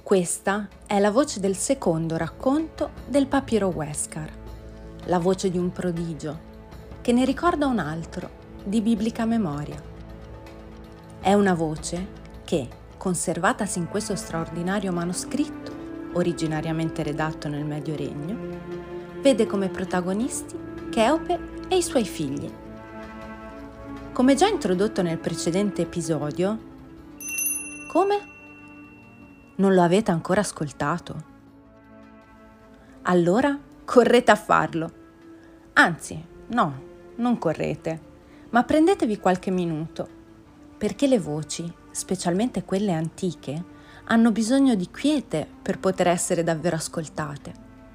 Questa è la voce del secondo racconto del Papiro Huéscar, la voce di un prodigio che ne ricorda un altro di biblica memoria. È una voce che, conservatasi in questo straordinario manoscritto, originariamente redatto nel Medio Regno, vede come protagonisti Cheope e i suoi figli. Come già introdotto nel precedente episodio, come? Non lo avete ancora ascoltato? Allora correte a farlo. Anzi, no, non correte, ma prendetevi qualche minuto, perché le voci, specialmente quelle antiche, hanno bisogno di quiete per poter essere davvero ascoltate.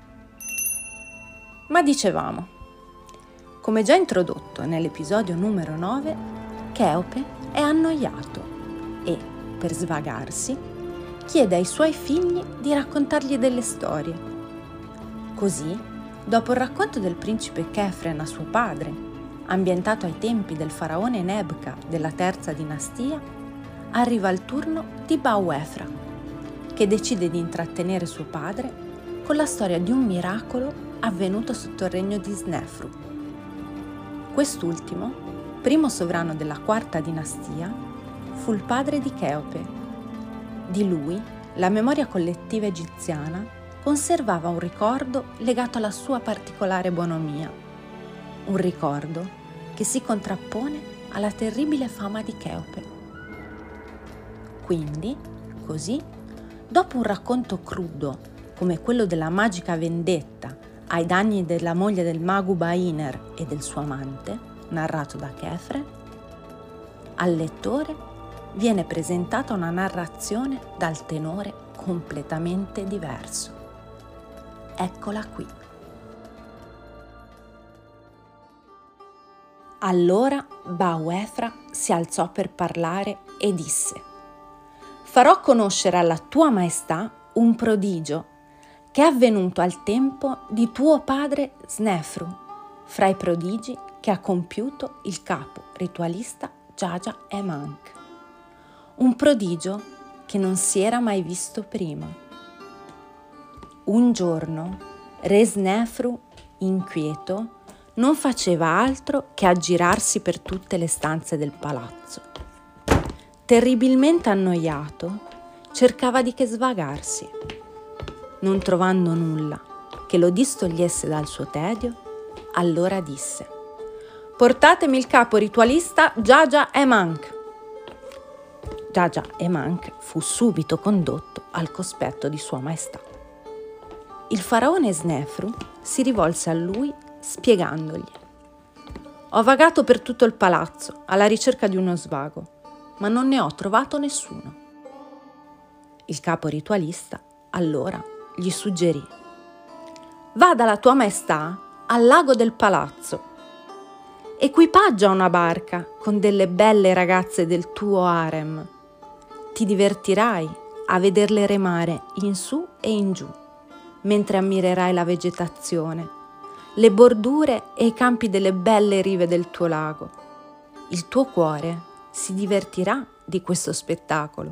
Ma dicevamo, come già introdotto nell'episodio numero 9, Cheope è annoiato e, per svagarsi, chiede ai suoi figli di raccontargli delle storie. Così, dopo il racconto del principe Chefren a suo padre, ambientato ai tempi del faraone Nebka della terza dinastia, arriva il turno di Bauefra, che decide di intrattenere suo padre con la storia di un miracolo avvenuto sotto il regno di Snefru. Quest'ultimo, primo sovrano della quarta dinastia, fu il padre di Cheope. Di lui, la memoria collettiva egiziana conservava un ricordo legato alla sua particolare bonomia, un ricordo che si contrappone alla terribile fama di Cheope. Quindi, così, dopo un racconto crudo come quello della magica vendetta ai danni della moglie del mago Bainer e del suo amante, narrato da Chefren, al lettore viene presentata una narrazione dal tenore completamente diverso. Eccola qui. Allora Bauefra si alzò per parlare e disse: «Farò conoscere alla tua maestà un prodigio che è avvenuto al tempo di tuo padre Snefru, fra i prodigi che ha compiuto il capo ritualista Jaja Emanc. Un prodigio che non si era mai visto prima. Un giorno, re Snefru, inquieto, non faceva altro che aggirarsi per tutte le stanze del palazzo. Terribilmente annoiato, cercava di che svagarsi. Non trovando nulla che lo distogliesse dal suo tedio, allora disse: «Portatemi il capo ritualista Jaja Emanc». Jaja Emanc fu subito condotto al cospetto di Sua Maestà. Il faraone Snefru si rivolse a lui spiegandogli: «Ho vagato per tutto il palazzo alla ricerca di uno svago, ma non ne ho trovato nessuno». Il capo ritualista allora gli suggerì: «Va dalla tua maestà al lago del palazzo. Equipaggia una barca con delle belle ragazze del tuo harem. Ti divertirai a vederle remare in su e in giù, mentre ammirerai la vegetazione, le bordure e i campi delle belle rive del tuo lago. Il tuo cuore si divertirà di questo spettacolo».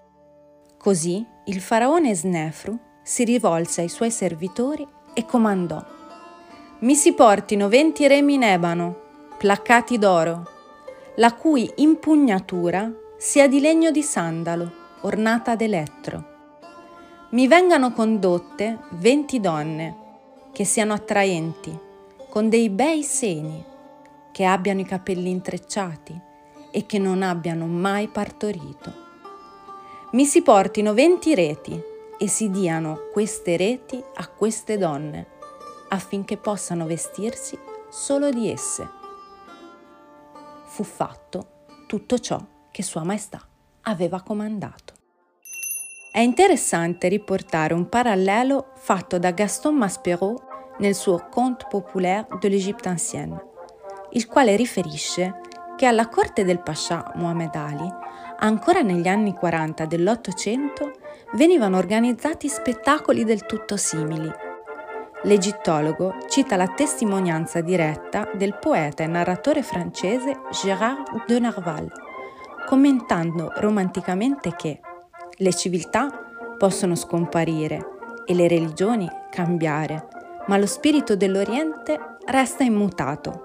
Così il faraone Snefru si rivolse ai suoi servitori e comandò: «Mi si portino 20 remi in ebano, placcati d'oro, la cui impugnatura sia di legno di sandalo, ornata d'elettro. Mi vengano condotte 20 donne, che siano attraenti, con dei bei seni, che abbiano i capelli intrecciati e che non abbiano mai partorito. Mi si portino 20 reti e si diano queste reti a queste donne, affinché possano vestirsi solo di esse». Fu fatto tutto ciò che Sua Maestà aveva comandato. È interessante riportare un parallelo fatto da Gaston Maspero nel suo Conte populaire de l'Égypte ancienne, il quale riferisce che alla corte del pascià Mohammed Ali, ancora negli anni 40 dell'Ottocento, venivano organizzati spettacoli del tutto simili. L'egittologo cita la testimonianza diretta del poeta e narratore francese Gérard de Nerval, commentando romanticamente che le civiltà possono scomparire e le religioni cambiare, ma lo spirito dell'Oriente resta immutato.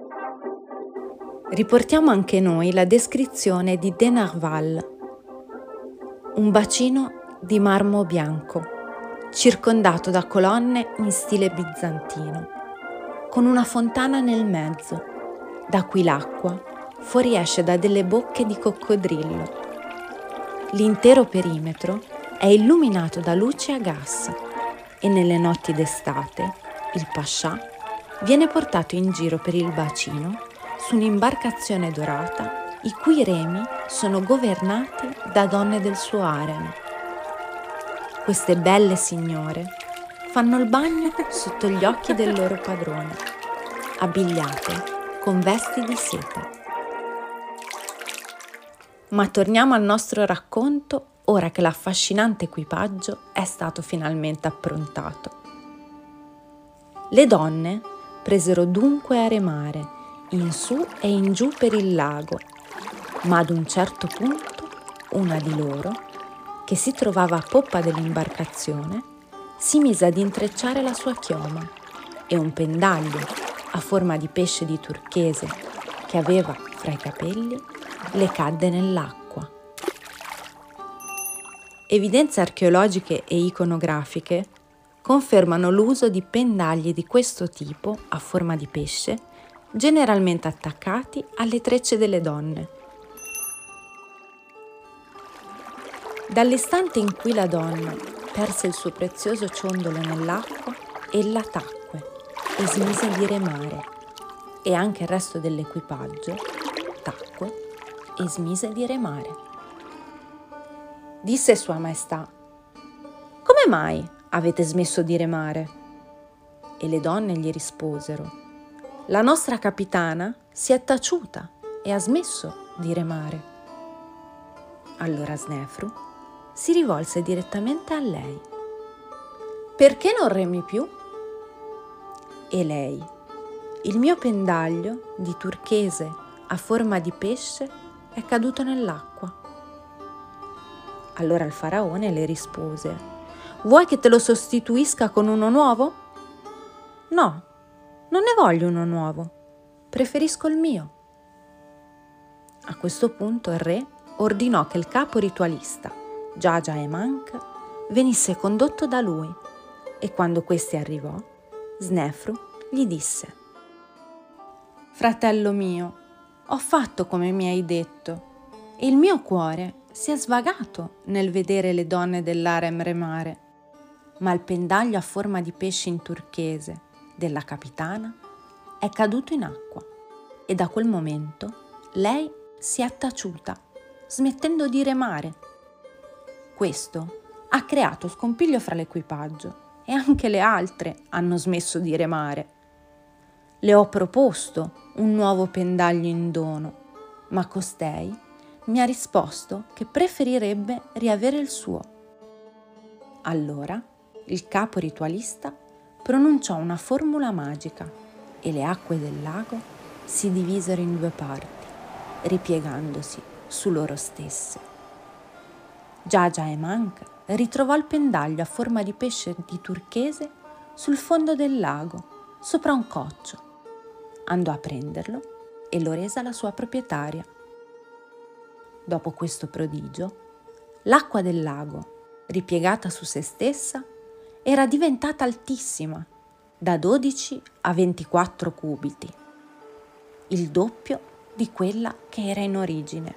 Riportiamo anche noi la descrizione di de Nerval, un bacino di marmo bianco, circondato da colonne in stile bizantino, con una fontana nel mezzo, da cui l'acqua fuoriesce da delle bocche di coccodrillo. L'intero perimetro è illuminato da luci a gas e nelle notti d'estate il pascià viene portato in giro per il bacino su un'imbarcazione dorata i cui remi sono governati da donne del suo harem. Queste belle signore fanno il bagno sotto gli occhi del loro padrone, abbigliate con vesti di seta. Ma torniamo al nostro racconto ora che l'affascinante equipaggio è stato finalmente approntato. Le donne presero dunque a remare in su e in giù per il lago, ma ad un certo punto una di loro, che si trovava a poppa dell'imbarcazione, si mise ad intrecciare la sua chioma e un pendaglio a forma di pesce di turchese che aveva fra i capelli le cadde nell'acqua. Evidenze archeologiche e iconografiche confermano l'uso di pendagli di questo tipo a forma di pesce, generalmente attaccati alle trecce delle donne. Dall'istante in cui la donna perse il suo prezioso ciondolo nell'acqua, ella tacque e smise di remare, e anche il resto dell'equipaggio tacque e smise di remare. Disse Sua Maestà: «Come mai avete smesso di remare?» E le donne gli risposero: «La nostra capitana si è taciuta e ha smesso di remare». Allora Snefru si rivolse direttamente a lei: «Perché non remi più?» E lei: «Il mio pendaglio di turchese a forma di pesce è caduto nell'acqua». Allora il faraone le rispose: «Vuoi che te lo sostituisca con uno nuovo?» «No, non ne voglio uno nuovo, preferisco il mio». A questo punto il re ordinò che il capo ritualista, Jaja Emanc, venisse condotto da lui, e quando questi arrivò, Snefru gli disse: «Fratello mio, ho fatto come mi hai detto, e il mio cuore si è svagato nel vedere le donne dell'harem remare, ma il pendaglio a forma di pesce in turchese della capitana è caduto in acqua, e da quel momento lei si è taciuta, smettendo di remare. Questo ha creato scompiglio fra l'equipaggio e anche le altre hanno smesso di remare. Le ho proposto un nuovo pendaglio in dono, ma costei mi ha risposto che preferirebbe riavere il suo». Allora il capo ritualista pronunciò una formula magica e le acque del lago si divisero in due parti, ripiegandosi su loro stesse. Jaja Emanc ritrovò il pendaglio a forma di pesce di turchese sul fondo del lago, sopra un coccio. Andò a prenderlo e lo rese alla sua proprietaria. Dopo questo prodigio, l'acqua del lago, ripiegata su se stessa, era diventata altissima, da 12 a 24 cubiti, il doppio di quella che era in origine.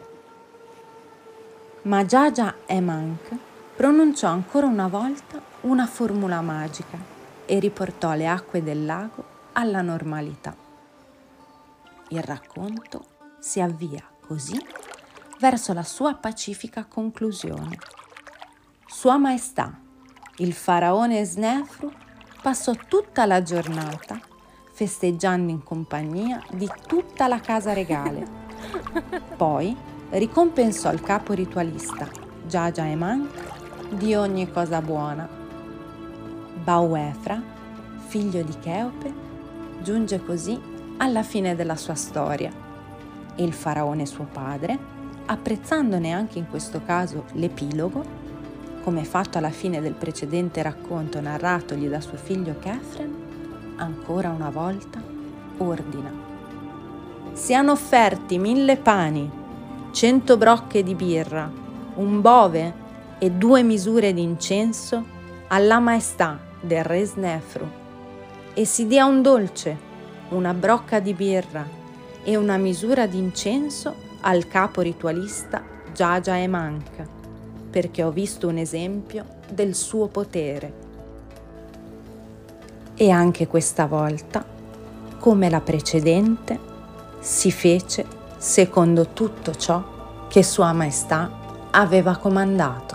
Ma Jaja Emanc pronunciò ancora una volta una formula magica e riportò le acque del lago alla normalità. Il racconto si avvia così verso la sua pacifica conclusione. Sua Maestà, il faraone Snefru, passò tutta la giornata festeggiando in compagnia di tutta la casa regale. Poi ricompensò il capo ritualista, Jaja Emanc, di ogni cosa buona. Bauefra, figlio di Cheope, giunge così alla fine della sua storia e il faraone suo padre, apprezzandone anche in questo caso l'epilogo, come fatto alla fine del precedente racconto narratogli da suo figlio Kephren, ancora una volta ordina: siano offerti 1000 pani, 100 brocche di birra, un bove e 2 misure di incenso alla maestà del re Snefru, e si dia un dolce, una brocca di birra e una misura di incenso al capo ritualista Jaja Emank, perché ho visto un esempio del suo potere. E anche questa volta, come la precedente, si fece secondo tutto ciò che Sua Maestà aveva comandato.